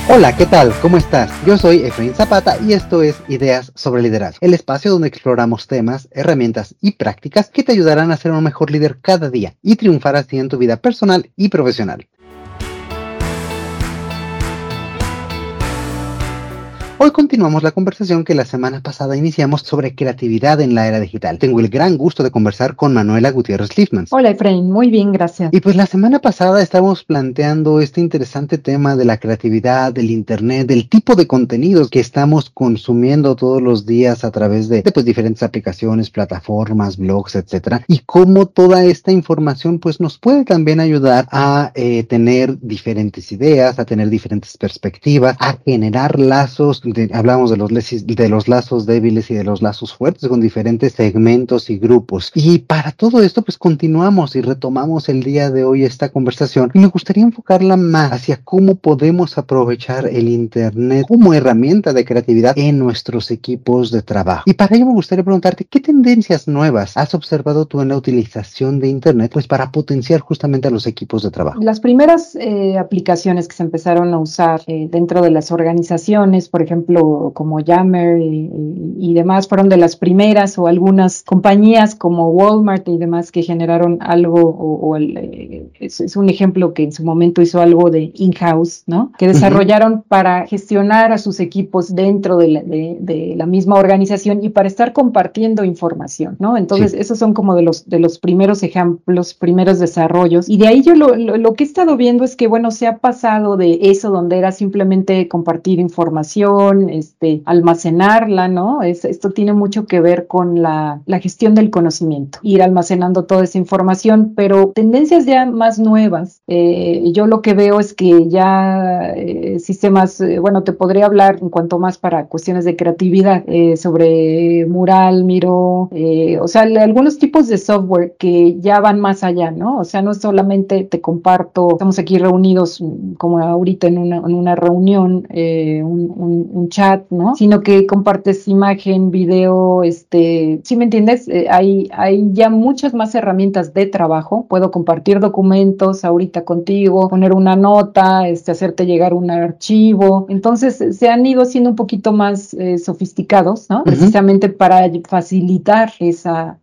Hola, ¿qué tal? ¿Cómo estás? Yo soy Efraín Zapata y esto es Ideas sobre Liderazgo, el espacio donde exploramos temas, herramientas y prácticas que te ayudarán a ser un mejor líder cada día y triunfar así en tu vida personal y profesional. Hoy continuamos la conversación que la semana pasada iniciamos sobre creatividad en la era digital. Tengo el gran gusto de conversar con Manuela Gutiérrez Liefmans. Hola Efraín, muy bien, gracias. Y pues la semana pasada estábamos planteando este interesante tema de la creatividad, del internet, del tipo de contenidos que estamos consumiendo todos los días a través de pues, diferentes aplicaciones, plataformas, blogs, etcétera, y cómo toda esta información pues nos puede también ayudar a tener diferentes ideas, a tener diferentes perspectivas, a generar lazos. Hablamos de los lazos débiles y de los lazos fuertes con diferentes segmentos y grupos. Y para todo esto pues continuamos y retomamos el día de hoy esta conversación y me gustaría enfocarla más hacia cómo podemos aprovechar el internet como herramienta de creatividad en nuestros equipos de trabajo. Y para ello me gustaría preguntarte, ¿qué tendencias nuevas has observado tú en la utilización de internet pues para potenciar justamente a los equipos de trabajo? Las primeras aplicaciones que se empezaron a usar dentro de las organizaciones, por ejemplo, como Yammer y demás, fueron de las primeras, o algunas compañías como Walmart y demás que generaron algo, es un ejemplo que en su momento hizo algo de in-house, ¿no? Que desarrollaron para gestionar a sus equipos dentro de la misma organización y para estar compartiendo información, ¿no? Entonces, sí, esos son como de los primeros ejemplos, primeros desarrollos. Y de ahí yo lo que he estado viendo es que, bueno, se ha pasado de eso donde era simplemente compartir información, almacenarla, ¿no? Esto tiene mucho que ver con la gestión del conocimiento, ir almacenando toda esa información, pero tendencias ya más nuevas. Yo lo que veo es que ya sistemas, bueno, te podría hablar en cuanto más para cuestiones de creatividad, sobre Mural, Miro, o sea, algunos tipos de software que ya van más allá, ¿no? O sea, no solamente te comparto, estamos aquí reunidos como ahorita en una reunión, un chat, ¿no? Sino que compartes imagen, video, ¿sí me entiendes? Hay ya muchas más herramientas de trabajo. Puedo compartir documentos ahorita contigo, poner una nota, hacerte llegar un archivo. Entonces se han ido haciendo un poquito más sofisticados, ¿no? Precisamente para facilitar ese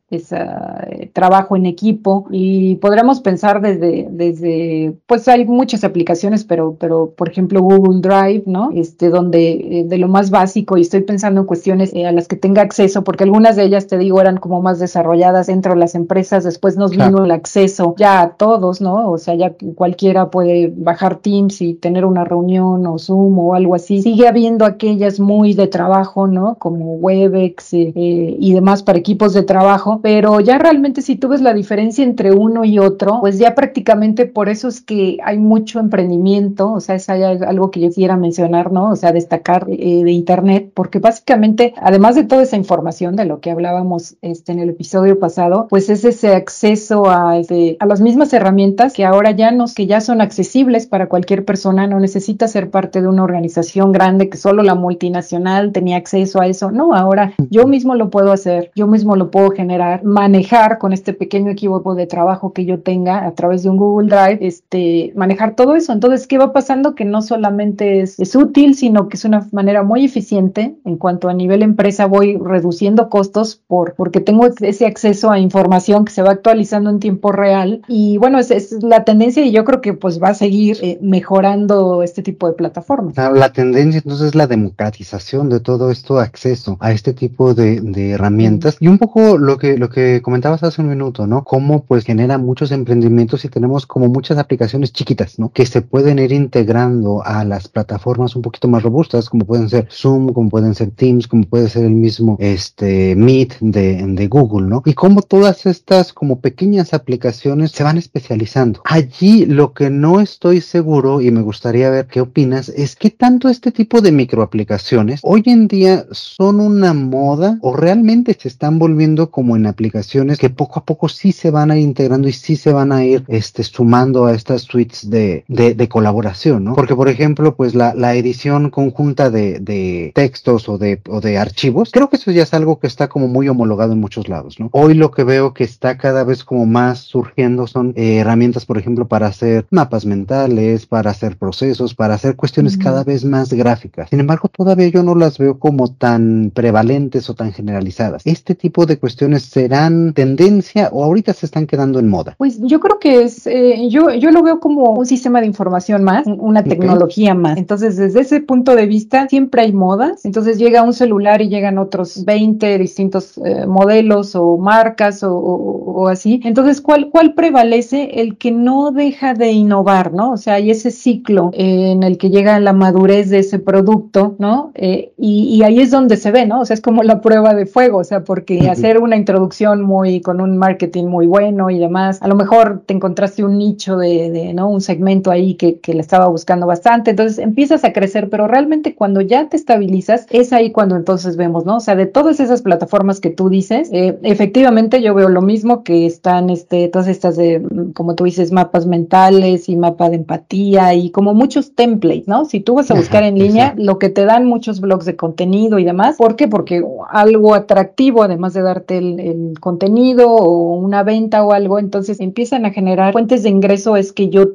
trabajo en equipo. Y podríamos pensar desde pues hay muchas aplicaciones, pero por ejemplo Google Drive, ¿no? Donde de lo más básico, y estoy pensando en cuestiones a las que tenga acceso, porque algunas de ellas, te digo, eran como más desarrolladas dentro de las empresas. Después nos vino el acceso ya a todos, ¿no? O sea, ya cualquiera puede bajar Teams y tener una reunión o Zoom o algo así. Sigue habiendo aquellas muy de trabajo, ¿no? Como Webex y demás para equipos de trabajo, pero ya realmente si tú ves la diferencia entre uno y otro, pues ya prácticamente por eso es que hay mucho emprendimiento. O sea, es algo que yo quisiera mencionar, ¿no? O sea, destacar de internet, porque básicamente, además de toda esa información de lo que hablábamos en el episodio pasado, pues es ese acceso a las mismas herramientas que ahora que ya son accesibles para cualquier persona. No necesita ser parte de una organización grande que solo la multinacional tenía acceso a eso. No, ahora yo mismo lo puedo hacer, yo mismo lo puedo generar, manejar con este pequeño equipo de trabajo que yo tenga a través de un Google Drive, manejar todo eso. Entonces, ¿qué va pasando? Que no solamente es útil, sino que es una manera muy eficiente en cuanto a nivel empresa. Voy reduciendo costos porque tengo ese acceso a información que se va actualizando en tiempo real. Y bueno, es la tendencia, y yo creo que pues va a seguir mejorando este tipo de plataformas. La tendencia entonces es la democratización de todo esto, acceso a este tipo de herramientas. Y un poco lo que comentabas hace un minuto, ¿no? Cómo pues genera muchos emprendimientos y tenemos como muchas aplicaciones chiquitas, ¿no? Que se pueden ir integrando a las plataformas un poquito más robustas, como pueden ser Zoom, como pueden ser Teams, como puede ser el mismo Meet de Google, ¿no? Y cómo todas estas como pequeñas aplicaciones se van especializando. Allí lo que no estoy seguro, y me gustaría ver qué opinas, es qué tanto este tipo de microaplicaciones hoy en día son una moda o realmente se están volviendo como en aplicaciones que poco a poco sí se van a ir integrando y sí se van a ir sumando a estas suites de colaboración, ¿no? Porque, por ejemplo, pues la edición conjunta de textos o de archivos, creo que eso ya es algo que está como muy homologado en muchos lados, ¿no? Hoy lo que veo que está cada vez como más surgiendo son herramientas, por ejemplo, para hacer mapas mentales, para hacer procesos, para hacer cuestiones cada vez más gráficas. Sin embargo, todavía yo no las veo como tan prevalentes o tan generalizadas. ¿Este tipo de cuestiones serán tendencia o ahorita se están quedando en moda? Pues yo creo que yo lo veo como un sistema de información más, una tecnología más. Entonces, desde ese punto de vista, siempre hay modas. Entonces llega un celular y llegan otros 20 distintos modelos o marcas o así. Entonces, ¿cuál prevalece? El que no deja de innovar, ¿no? O sea, hay ese ciclo en el que llega la madurez de ese producto, ¿no? Y ahí es donde se ve, ¿no? O sea, es como la prueba de fuego, o sea, porque hacer una introducción con un marketing muy bueno y demás, a lo mejor te encontraste un nicho ¿no? Un segmento ahí que le estaba buscando bastante, entonces empiezas a crecer, pero realmente cuando ya te estabilizas, es ahí cuando entonces vemos, ¿no? O sea, de todas esas plataformas que tú dices, efectivamente yo veo lo mismo que están todas estas como tú dices, mapas mentales y mapa de empatía y como muchos templates, ¿no? Si tú vas a buscar en línea, exacto, lo que te dan muchos blogs de contenido y demás, ¿por qué? Porque algo atractivo, además de darte el contenido o una venta o algo, entonces empiezan a generar fuentes de ingreso, es que yo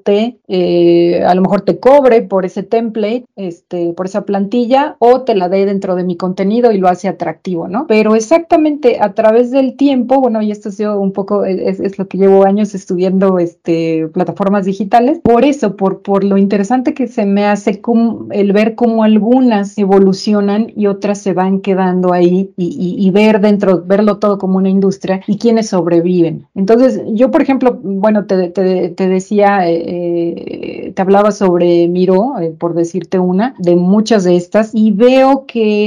a lo mejor te cobre por ese template, por esa plantilla, o te la dé dentro de mi contenido y lo hace atractivo, ¿no? Pero exactamente a través del tiempo, bueno, y esto ha sido un poco, es lo que llevo años estudiando, plataformas digitales, por eso, por lo interesante que se me hace el ver cómo algunas evolucionan y otras se van quedando ahí y verlo todo como una industria y quienes sobreviven. Entonces, yo, por ejemplo, bueno, te decía, te hablaba sobre Miro, por decirte una, de muchas de estas, y veo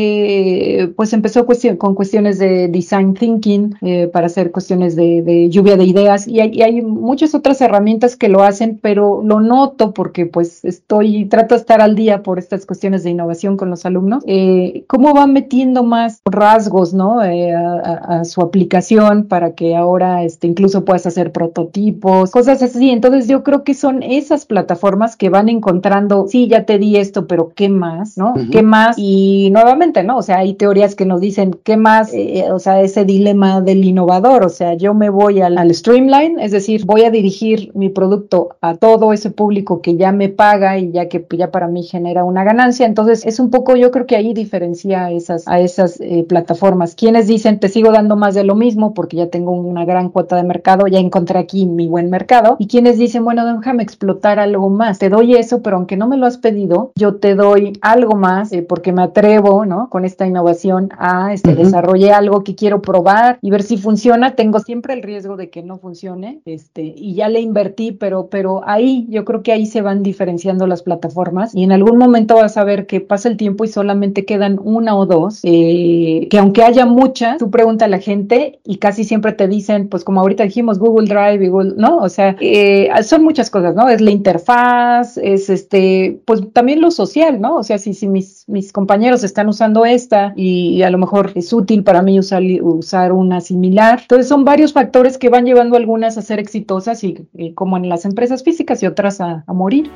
que pues empezó con cuestiones de design thinking, para hacer cuestiones de lluvia de ideas, y hay muchas otras herramientas que lo hacen, pero lo noto porque pues trato de estar al día por estas cuestiones de innovación con los alumnos, cómo van metiendo más rasgos, ¿no? A su aplicación para que ahora incluso puedas hacer prototipos, cosas así. Entonces yo creo que son esas plataformas que van encontrando, sí, ya te di esto, pero ¿qué más? ¿No? ¿Qué más? Y nuevamente, ¿no? O sea, hay teorías que nos dicen, ¿qué más? O sea, ese dilema del innovador, o sea, yo me voy al streamline, es decir, voy a dirigir mi producto a todo ese público que ya me paga y ya para mí genera una ganancia. Entonces es un poco, yo creo que ahí diferencia a esas plataformas. Quienes dicen, te sigo dando más de lo mismo porque ya tengo una gran cuota de mercado, ya encontré aquí mi buen mercado, y quienes dicen, bueno, déjame explotar algo más, te doy eso, pero aunque no me lo has pedido, yo te doy algo más, porque me atrevo, ¿no? Con esta innovación a desarrollé algo que quiero probar y ver si funciona. Tengo siempre el riesgo de que no funcione, y ya le invertí, pero ahí, yo creo que ahí se van diferenciando las plataformas, y en algún momento vas a ver que pasa el tiempo y solamente quedan una o dos, que aunque haya muchas, tú preguntas a la gente y casi siempre te dicen, pues como ahorita dijimos, Google Drive y Google, ¿no? O sea, son muchas cosas, ¿no? Es la interfaz, es pues también lo social, ¿no? O sea, si mis compañeros están usando esta y a lo mejor es útil para mí usar una similar. Entonces son varios factores que van llevando algunas a ser exitosas y como en las empresas físicas, y otras a morir.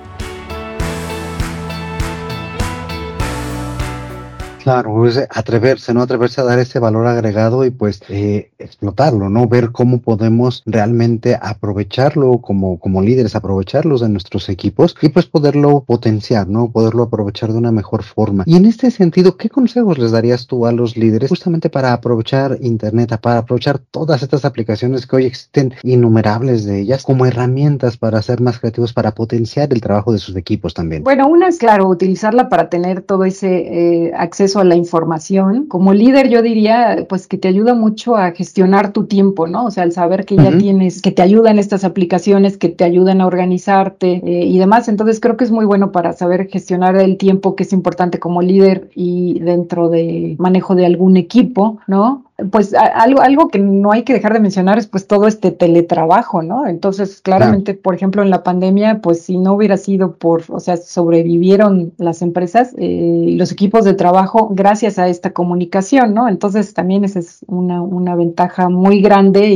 Claro, es atreverse, ¿no? Atreverse a dar ese valor agregado y pues explotarlo, ¿no? Ver cómo podemos realmente aprovecharlo como líderes, aprovecharlos de nuestros equipos y pues poderlo potenciar, ¿no? Poderlo aprovechar de una mejor forma. Y en este sentido, ¿qué consejos les darías tú a los líderes justamente para aprovechar Internet, para aprovechar todas estas aplicaciones que hoy existen, innumerables de ellas, como herramientas para ser más creativos, para potenciar el trabajo de sus equipos también? Bueno, una es, claro, utilizarla para tener todo ese acceso a la información. Como líder, yo diría, pues que te ayuda mucho a gestionar tu tiempo, ¿no? O sea, el saber que ya tienes, que te ayudan estas aplicaciones, que te ayudan a organizarte y demás. Entonces, creo que es muy bueno para saber gestionar el tiempo, que es importante como líder y dentro de manejo de algún equipo, ¿no? pues algo que no hay que dejar de mencionar es pues todo este teletrabajo, ¿no? Entonces, claramente, por ejemplo, en la pandemia, pues si no hubiera sido o sea, sobrevivieron las empresas y los equipos de trabajo gracias a esta comunicación, ¿no? Entonces, también esa es una ventaja muy grande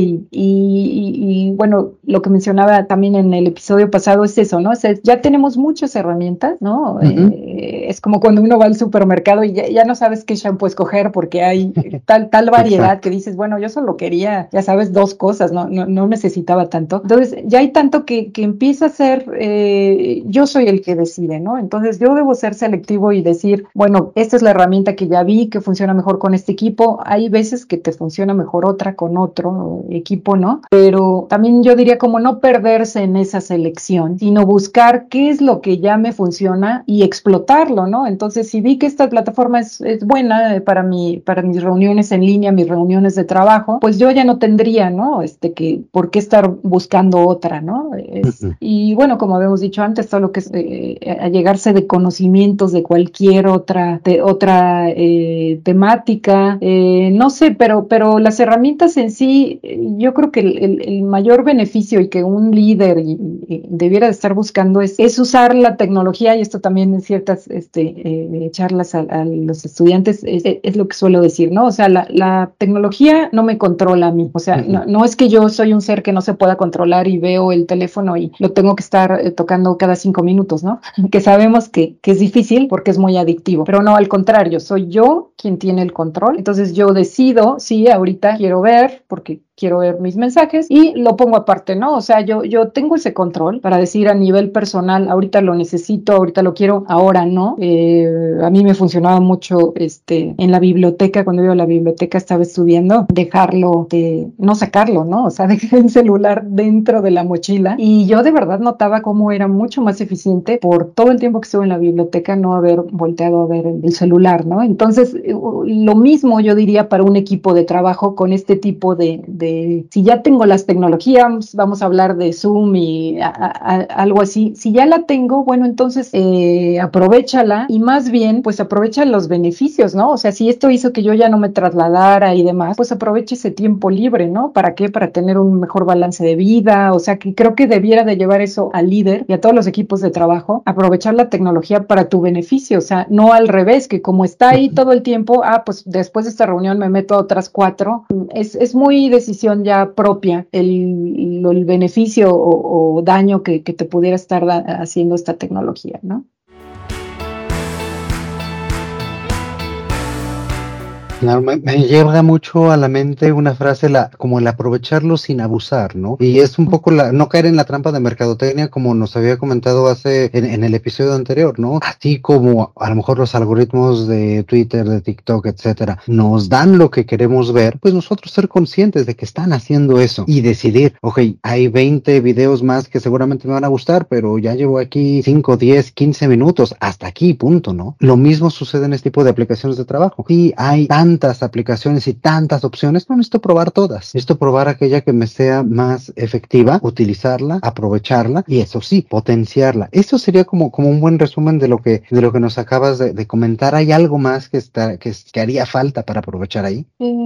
y bueno, lo que mencionaba también en el episodio pasado es eso, ¿no? O sea, ya tenemos muchas herramientas, ¿no? Es como cuando uno va al supermercado y ya no sabes qué shampoo escoger porque hay tal variedad que dices, bueno, yo solo quería, ya sabes, 2 cosas, no necesitaba tanto. Entonces, ya hay tanto que empieza a ser, yo soy el que decide, ¿no? Entonces, yo debo ser selectivo y decir, bueno, esta es la herramienta que ya vi que funciona mejor con este equipo. Hay veces que te funciona mejor otra con otro equipo, ¿no? Pero también yo diría como no perderse en esa selección, sino buscar qué es lo que ya me funciona y explotarlo, ¿no? Entonces, si vi que esta plataforma es buena para mis reuniones en línea, mis reuniones de trabajo, pues yo ya no tendría, ¿no? Que por qué estar buscando otra, ¿no? Y bueno, como habíamos dicho antes, todo lo que es allegarse de conocimientos de cualquier otra temática, no sé, pero las herramientas en sí, yo creo que el mayor beneficio y que un líder debiera de estar buscando es usar la tecnología, y esto también en ciertas charlas a los estudiantes es lo que suelo decir, ¿no? O sea, la tecnología no me controla a mí, o sea, no es que yo soy un ser que no se pueda controlar y veo el teléfono y lo tengo que estar tocando cada 5 minutos, ¿no? Que sabemos que es difícil porque es muy adictivo, pero no, al contrario, soy yo quien tiene el control, entonces yo decido, sí, ahorita quiero ver, porque quiero ver mis mensajes y lo pongo aparte, ¿no? O sea, yo tengo ese control para decir a nivel personal, ahorita lo necesito, ahorita lo quiero, ahora no. A mí me funcionaba mucho en la biblioteca, cuando iba a la biblioteca estaba estudiando, no sacarlo, ¿no? O sea, dejar el celular dentro de la mochila y yo de verdad notaba cómo era mucho más eficiente por todo el tiempo que estuve en la biblioteca no haber volteado a ver el celular, ¿no? Entonces, lo mismo yo diría para un equipo de trabajo con este tipo de si ya tengo las tecnologías, vamos a hablar de Zoom y algo así, si ya la tengo, bueno, entonces aprovéchala y más bien, pues aprovecha los beneficios, ¿no? O sea, si esto hizo que yo ya no me trasladara y demás, pues aprovecha ese tiempo libre, ¿no? ¿Para qué? Para tener un mejor balance de vida, o sea, que creo que debiera de llevar eso al líder y a todos los equipos de trabajo, aprovechar la tecnología para tu beneficio, o sea, no al revés, que como está ahí todo el tiempo, pues después de esta reunión me meto a otras 4, es muy decisión ya propia el beneficio o daño que te pudiera estar haciendo esta tecnología, ¿no? Claro, me llega mucho a la mente una frase, como el aprovecharlo sin abusar, ¿no? Y es un poco no caer en la trampa de mercadotecnia como nos había comentado en el episodio anterior, ¿no? Así como a lo mejor los algoritmos de Twitter, de TikTok, etcétera, nos dan lo que queremos ver, pues nosotros ser conscientes de que están haciendo eso y decidir, ok, hay 20 videos más que seguramente me van a gustar, pero ya llevo aquí 5, 10, 15 minutos, hasta aquí, punto, ¿no? Lo mismo sucede en este tipo de aplicaciones de trabajo. Sí, hay tantas aplicaciones y tantas opciones, no necesito probar todas, necesito probar aquella que me sea más efectiva, utilizarla, aprovecharla y eso sí, potenciarla. Eso sería como un buen resumen de lo que nos acabas de comentar. ¿Hay algo más que haría falta para aprovechar ahí?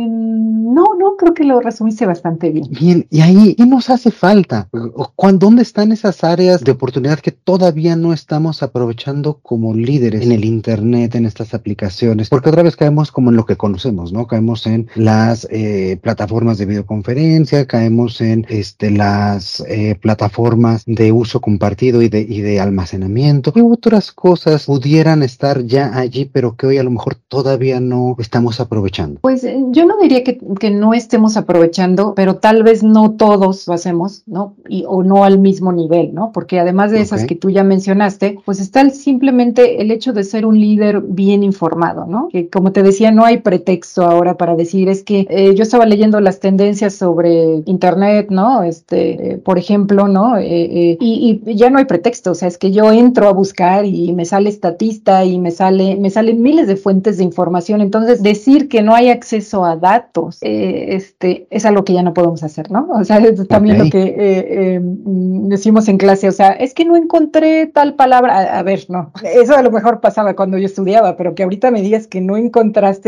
No, creo que lo resumiste bastante bien. Bien, y ahí, ¿qué nos hace falta? ¿Dónde están esas áreas de oportunidad que todavía no estamos aprovechando como líderes en el internet, en estas aplicaciones? Porque otra vez caemos como en lo que conocemos, ¿no? Caemos en las plataformas de videoconferencia, caemos en las plataformas de uso compartido y de almacenamiento. ¿Qué otras cosas pudieran estar ya allí, pero que hoy a lo mejor todavía no estamos aprovechando? Pues yo no diría que no estemos aprovechando, pero tal vez no todos lo hacemos, ¿no? O no al mismo nivel, ¿no? Porque además de esas que tú ya mencionaste, pues está simplemente el hecho de ser un líder bien informado, ¿no? Que como te decía, no hay pretexto ahora para decir, es que yo estaba leyendo las tendencias sobre internet, ¿no? Por ejemplo, ¿no? Y ya no hay pretexto, o sea, es que yo entro a buscar y me sale estatista y me salen miles de fuentes de información, entonces decir que no hay acceso a datos, es algo que ya no podemos hacer, ¿no? O sea, es también lo que decimos en clase, o sea, es que no encontré tal palabra, a ver, no, eso a lo mejor pasaba cuando yo estudiaba, pero que ahorita me digas que no encontraste,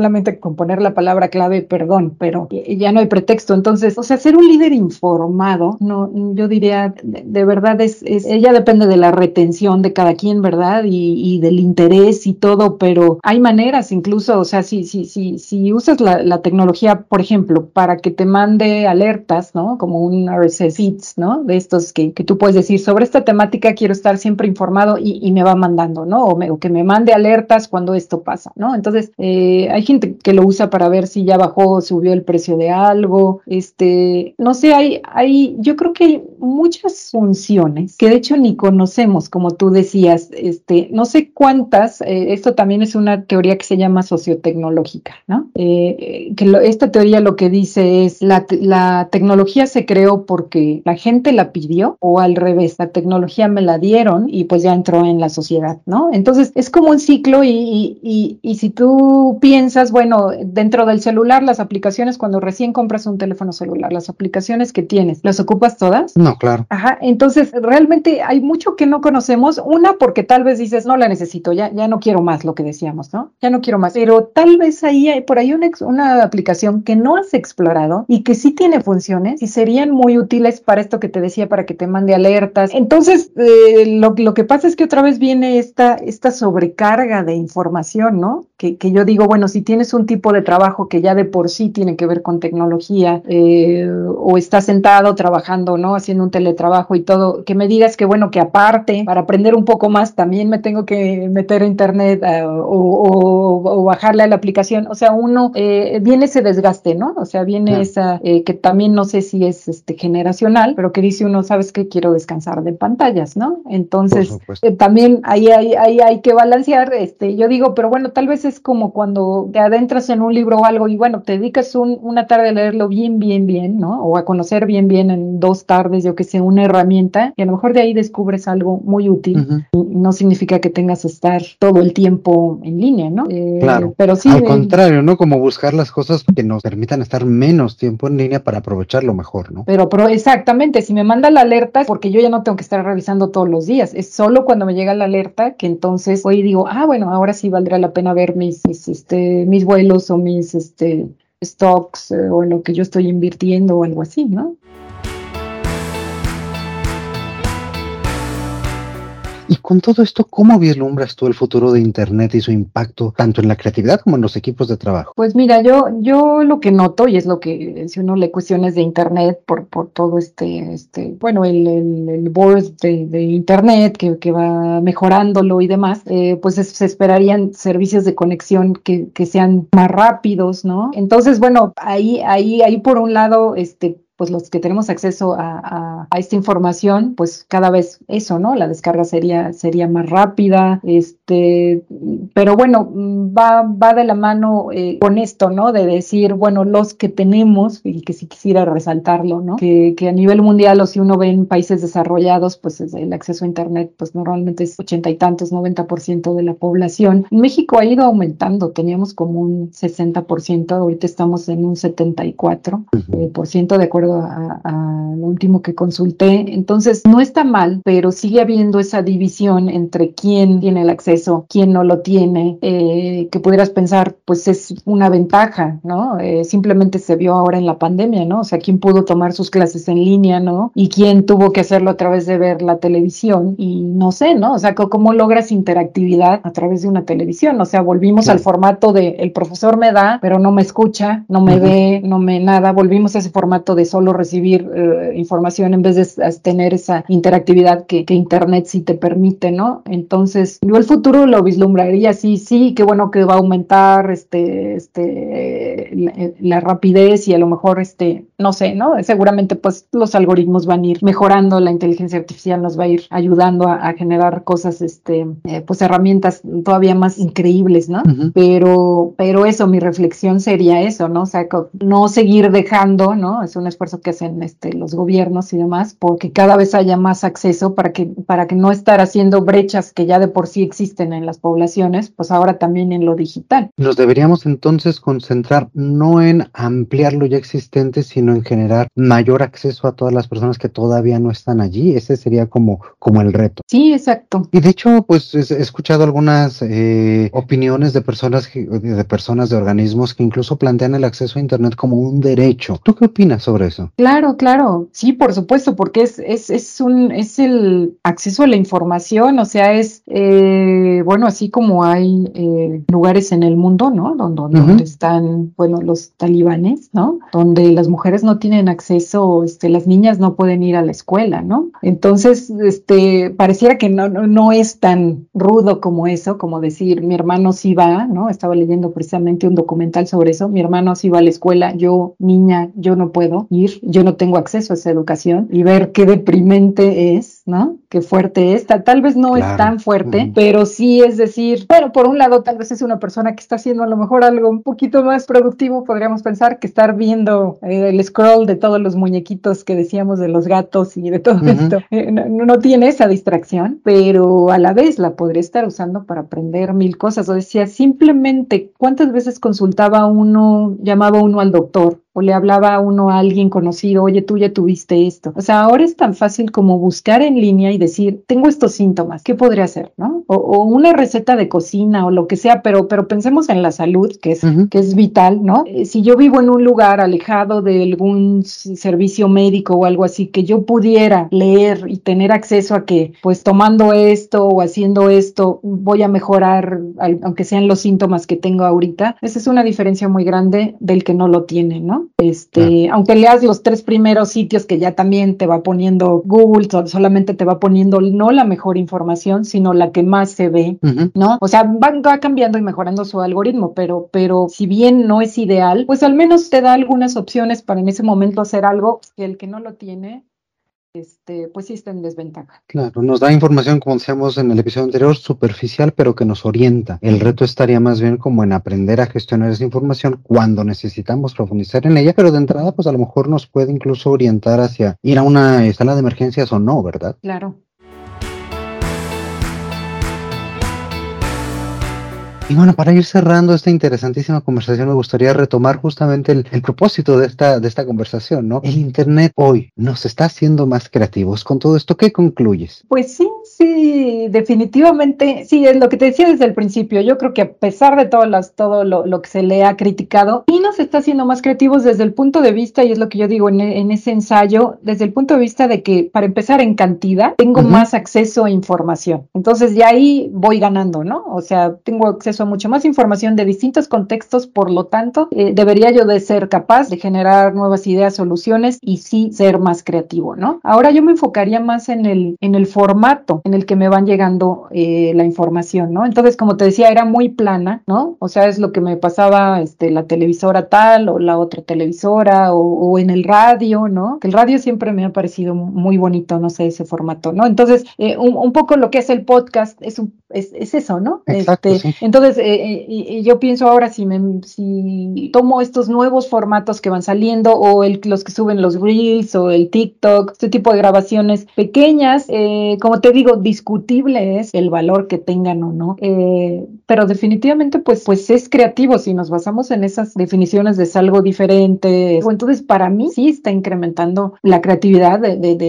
solamente con poner la palabra clave, perdón, pero ya no hay pretexto. Entonces, o sea, ser un líder informado, no, yo diría, de verdad ella depende de la retención de cada quien, ¿verdad? Y del interés y todo, pero hay maneras incluso, o sea, si usas la tecnología, por ejemplo, para que te mande alertas, ¿no? Como un RSS feeds, ¿no? De estos que tú puedes decir, sobre esta temática quiero estar siempre informado y me va mandando, ¿no? O que me mande alertas cuando esto pasa, ¿no? Entonces, hay gente que lo usa para ver si ya bajó o subió el precio de algo, no sé, yo creo que hay muchas funciones que de hecho ni conocemos, como tú decías, no sé cuántas, esto también es una teoría que se llama sociotecnológica, ¿no? Esta teoría lo que dice es la tecnología se creó porque la gente la pidió o al revés, la tecnología me la dieron y pues ya entró en la sociedad, ¿no? Entonces es como un ciclo y si tú piensas, bueno, dentro del celular, las aplicaciones, cuando recién compras un teléfono celular, las aplicaciones que tienes, ¿las ocupas todas? No, claro. Ajá, entonces realmente hay mucho que no conocemos, una porque tal vez dices, no la necesito, ya no quiero más, lo que decíamos, ¿no? Ya no quiero más, pero tal vez ahí hay por ahí una aplicación que no has explorado y que sí tiene funciones y serían muy útiles para esto que te decía, para que te mande alertas. Entonces, lo que pasa es que otra vez viene esta sobrecarga de información, ¿no? Que yo digo, bueno, si tienes un tipo de trabajo que ya de por sí tiene que ver con tecnología, o estás sentado trabajando, ¿no? Haciendo un teletrabajo y todo, que me digas que, bueno, que aparte, para aprender un poco más, también me tengo que meter a internet o bajarle a la aplicación. O sea, viene ese desgaste, ¿no? O sea, viene esa, que también no sé si es generacional, pero que dice uno, ¿sabes qué? Quiero descansar de pantallas, ¿no? Entonces, también ahí hay que balancear, yo digo, pero bueno, tal vez es como cuando te adentras en un libro o algo y bueno, te dedicas una tarde a leerlo bien, ¿no? O a conocer bien en 2 tardes, yo que sé, una herramienta y a lo mejor de ahí descubres algo muy útil. No significa que tengas que estar todo el tiempo en línea, ¿no? Claro. Pero sí. Al contrario, ¿no? Como buscar las cosas que nos permitan estar menos tiempo en línea para aprovecharlo mejor, ¿no? Pero exactamente, si me manda la alerta, porque yo ya no tengo que estar revisando todos los días, es solo cuando me llega la alerta que entonces hoy digo, bueno, ahora sí valdrá la pena ver mis vuelos o mis stocks, o en lo que yo estoy invirtiendo o algo así, ¿no? Y con todo esto, ¿cómo vislumbras tú el futuro de Internet y su impacto tanto en la creatividad como en los equipos de trabajo? Pues mira, yo lo que noto, y es lo que, si uno lee cuestiones de Internet por todo bueno, el board de Internet que va mejorándolo y demás, pues se esperarían servicios de conexión que sean más rápidos, ¿no? Entonces, bueno, ahí por un lado, pues los que tenemos acceso a esta información, pues cada vez eso, ¿no? La descarga sería más rápida, pero bueno, va de la mano con esto, ¿no? De decir, bueno, los que tenemos, y que sí quisiera resaltarlo, ¿no? Que a nivel mundial, o si uno ve en países desarrollados, pues el acceso a Internet, pues normalmente es 80 y tantos, 90% de la población. En México ha ido aumentando, teníamos como un 60%, ahorita estamos en un 74% de acuerdo a lo último que consulté. Entonces, no está mal, pero sigue habiendo esa división entre quién tiene el acceso, quién no lo tiene, que pudieras pensar, pues es una ventaja, ¿no? Simplemente se vio ahora en la pandemia, ¿no? O sea, quién pudo tomar sus clases en línea, ¿no? Y quién tuvo que hacerlo a través de ver la televisión y no sé, ¿no? O sea, ¿cómo logras interactividad a través de una televisión? O sea, volvimos al formato de el profesor me da, pero no me escucha, no me ve, no me nada. Volvimos a ese formato de solo recibir información en vez de tener esa interactividad que Internet sí te permite, ¿no? Entonces, yo el futuro lo vislumbraría sí, qué bueno que va a aumentar la rapidez y a lo mejor no sé, ¿no? Seguramente pues los algoritmos van a ir mejorando, la inteligencia artificial nos va a ir ayudando a generar cosas, pues herramientas todavía más increíbles, ¿no? Pero eso, mi reflexión sería eso, ¿no? O sea, no seguir dejando, ¿no? Es un esfuerzo esfuerzo que hacen los gobiernos y demás, porque cada vez haya más acceso para que no estar haciendo brechas que ya de por sí existen en las poblaciones, pues ahora también en lo digital. Nos deberíamos entonces concentrar no en ampliar lo ya existente, sino en generar mayor acceso a todas las personas que todavía no están allí. Ese sería como el reto. Sí, exacto. Y de hecho, pues he escuchado algunas opiniones de personas de organismos que incluso plantean el acceso a Internet como un derecho. ¿Tú qué opinas sobre eso? Claro, sí, por supuesto, porque es el acceso a la información, o sea, bueno, así como hay lugares en el mundo, ¿no? Donde están, bueno, los talibanes, ¿no? Donde las mujeres no tienen acceso, las niñas no pueden ir a la escuela, ¿no? Entonces, pareciera que no es tan rudo como eso, como decir, mi hermano sí va, ¿no? Estaba leyendo precisamente un documental sobre eso, mi hermano sí va a la escuela, yo, niña, yo no puedo ir, yo no tengo acceso a esa educación, y ver qué deprimente es, ¿no? Qué fuerte es, tal vez no es tan fuerte, pero sí es decir, bueno, por un lado tal vez es una persona que está haciendo a lo mejor algo un poquito más productivo, podríamos pensar, que estar viendo el scroll de todos los muñequitos que decíamos de los gatos y de todo esto, no tiene esa distracción, pero a la vez la podría estar usando para aprender mil cosas. O decía, simplemente, ¿cuántas veces llamaba uno al doctor? O le hablaba a uno a alguien conocido, oye, tú ya tuviste esto. O sea, ahora es tan fácil como buscar en línea y decir, tengo estos síntomas, ¿qué podría hacer? ¿No? O una receta de cocina o lo que sea, pero pensemos en la salud, que es vital, ¿no? Si yo vivo en un lugar alejado de algún servicio médico o algo así, que yo pudiera leer y tener acceso a que, pues tomando esto o haciendo esto, voy a mejorar, aunque sean los síntomas que tengo ahorita, esa es una diferencia muy grande del que no lo tiene, ¿no? Aunque leas los 3 primeros sitios que ya también te va poniendo Google, solamente te va poniendo no la mejor información, sino la que más se ve, ¿no? O sea, va cambiando y mejorando su algoritmo, pero si bien no es ideal, pues al menos te da algunas opciones para en ese momento hacer algo que el que no lo tiene, pues sí está en desventaja. Claro, nos da información, como decíamos en el episodio anterior, superficial, pero que nos orienta. El reto estaría más bien como en aprender a gestionar esa información cuando necesitamos profundizar en ella, pero de entrada, pues a lo mejor nos puede incluso orientar hacia ir a una sala de emergencias o no, ¿verdad? Claro. Y bueno, para ir cerrando esta interesantísima conversación, me gustaría retomar justamente el propósito de esta conversación, ¿no? El Internet hoy nos está haciendo más creativos. Con todo esto, ¿qué concluyes? Pues sí, definitivamente, sí, es lo que te decía desde el principio. Yo creo que a pesar de todo lo que se le ha criticado, y nos está haciendo más creativos desde el punto de vista, y es lo que yo digo en ese ensayo, desde el punto de vista de que, para empezar, en cantidad, tengo más acceso a información. Entonces, ya ahí voy ganando, ¿no? O sea, tengo acceso a mucho más información de distintos contextos, por lo tanto, debería yo de ser capaz de generar nuevas ideas, soluciones, y sí ser más creativo, ¿no? Ahora yo me enfocaría más en el formato en el que me van llegando la información, ¿no? Entonces, como te decía, era muy plana, ¿no? O sea, es lo que me pasaba la televisora tal o la otra televisora o en el radio, ¿no? Que el radio siempre me ha parecido muy bonito, no sé, ese formato, ¿no? Entonces, un poco lo que es el podcast es eso, ¿no? Exacto, sí. Entonces, y yo pienso ahora si tomo estos nuevos formatos que van saliendo o los que suben los Reels o el TikTok, este tipo de grabaciones pequeñas, como te digo, discutible es el valor que tengan o no, pero definitivamente pues es creativo si nos basamos en esas definiciones de algo diferente. Entonces, para mí sí está incrementando la creatividad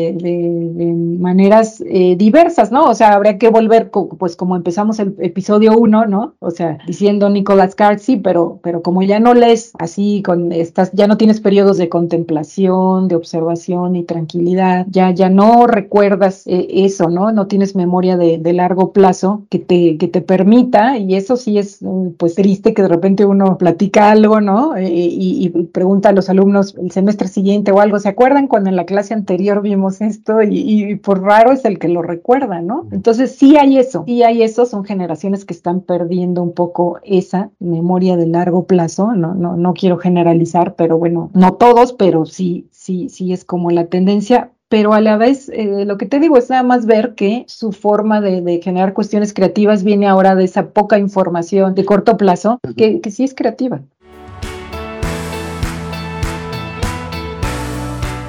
de maneras diversas, ¿no? O sea, habría que volver pues como empezamos el episodio 1, ¿no? O sea, diciendo Nicolas Cage, sí, pero como ya no lees así, ya no tienes periodos de contemplación, de observación y tranquilidad, ya no recuerdas eso, ¿no? No tienes memoria de largo plazo que te permita, y eso sí es pues triste, que de repente uno platica algo, ¿no? Y pregunta a los alumnos el semestre siguiente o algo, ¿se acuerdan cuando en la clase anterior vimos esto? Y por raro es el que lo recuerda, ¿no? Entonces sí hay eso, son generaciones que están perdiendo un poco esa memoria de largo plazo, no quiero generalizar, pero bueno, no todos, pero sí es como la tendencia. Pero a la vez, lo que te digo es nada más ver que su forma de generar cuestiones creativas viene ahora de esa poca información de corto plazo, que sí es creativa.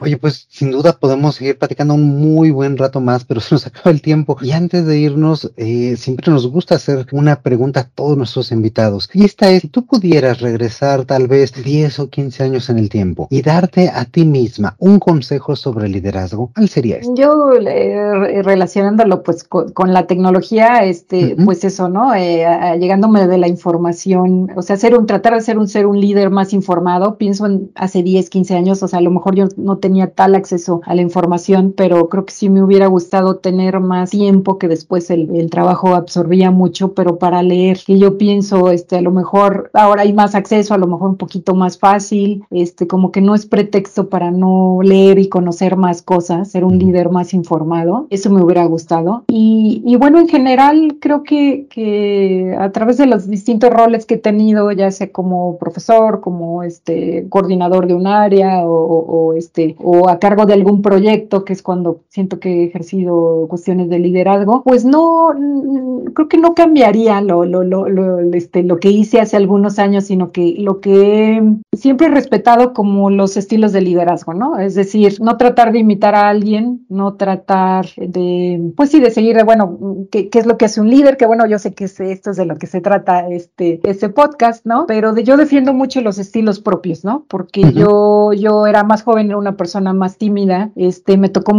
Oye, pues sin duda podemos seguir platicando un muy buen rato más, pero se nos acaba el tiempo. Y antes de irnos, siempre nos gusta hacer una pregunta a todos nuestros invitados. Y esta es, si tú pudieras regresar tal vez 10 o 15 años en el tiempo y darte a ti misma un consejo sobre liderazgo, ¿cuál sería este? Yo relacionándolo pues con la tecnología, pues eso, ¿no? Llegándome de la información, o sea, tratar de ser un líder más informado. Pienso en hace 10, 15 años, o sea, a lo mejor yo no tenía tal acceso a la información, pero creo que sí me hubiera gustado tener más tiempo, que después el trabajo absorbía mucho, pero para leer, que yo pienso, a lo mejor ahora hay más acceso, a lo mejor un poquito más fácil, como que no es pretexto para no leer y conocer más cosas, ser un líder más informado. Eso me hubiera gustado. Y bueno, en general creo que a través de los distintos roles que he tenido, ya sea como profesor, como coordinador de un área o a cargo de algún proyecto, que es cuando siento que he ejercido cuestiones de liderazgo, pues no, creo que no cambiaría lo que hice hace algunos años, sino que lo que siempre he respetado como los estilos de liderazgo, ¿no? Es decir, no tratar de imitar a alguien, no tratar pues sí, de seguir, bueno, qué es lo que hace un líder, que bueno, yo sé que esto es de lo que se trata este podcast, ¿no? Pero yo defiendo mucho los estilos propios, ¿no? Porque yo era más joven, era una persona más tímida, me tocó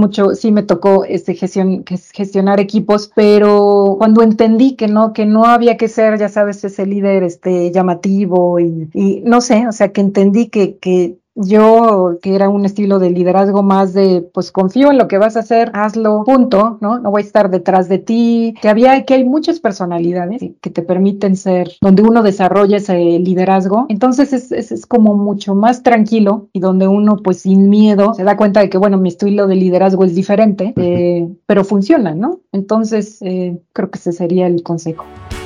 gestionar equipos, pero cuando entendí que no había que ser, ya sabes, ese líder llamativo y no sé, o sea, que entendí que yo, que era un estilo de liderazgo más de, pues confío en lo que vas a hacer, hazlo, punto, ¿no? No voy a estar detrás de ti, que hay muchas personalidades que te permiten ser, donde uno desarrolla ese liderazgo, entonces es como mucho más tranquilo y donde uno, pues sin miedo, se da cuenta de que, bueno, mi estilo de liderazgo es diferente, pero funciona, ¿no? Entonces, creo que ese sería el consejo.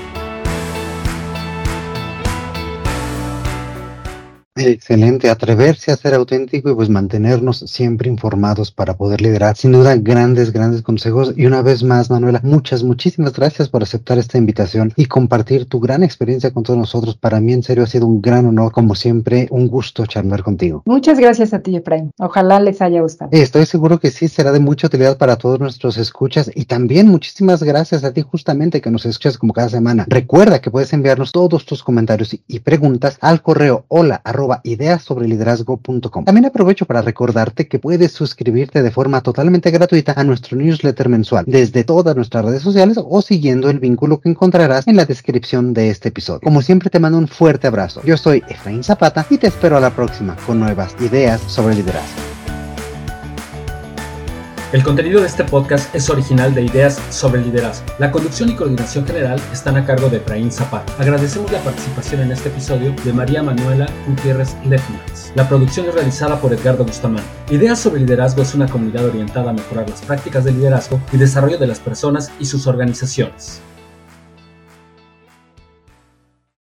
Excelente, atreverse a ser auténtico y pues mantenernos siempre informados para poder liderar. Sin duda, grandes consejos. Y una vez más, Manuela, muchísimas gracias por aceptar esta invitación y compartir tu gran experiencia con todos nosotros. Para mí, en serio, ha sido un gran honor. Como siempre, un gusto charlar contigo. Muchas gracias a ti, Efraín. Ojalá les haya gustado. Estoy seguro que sí, será de mucha utilidad para todos nuestros escuchas. Y también muchísimas gracias a ti justamente que nos escuchas como cada semana. Recuerda que puedes enviarnos todos tus comentarios y preguntas al correo hola@ideasobreliderazgo.com. También aprovecho para recordarte que puedes suscribirte de forma totalmente gratuita a nuestro newsletter mensual desde todas nuestras redes sociales o siguiendo el vínculo que encontrarás en la descripción de este episodio. Como siempre, te mando un fuerte abrazo. Yo soy Efraín Zapata y te espero a la próxima con nuevas ideas sobre liderazgo. El contenido de este podcast es original de Ideas sobre Liderazgo. La conducción y coordinación general están a cargo de Efraín Zapata. Agradecemos la participación en este episodio de María Manuela Gutiérrez Lefmans. La producción es realizada por Edgardo Bustamante. Ideas sobre Liderazgo es una comunidad orientada a mejorar las prácticas de liderazgo y desarrollo de las personas y sus organizaciones.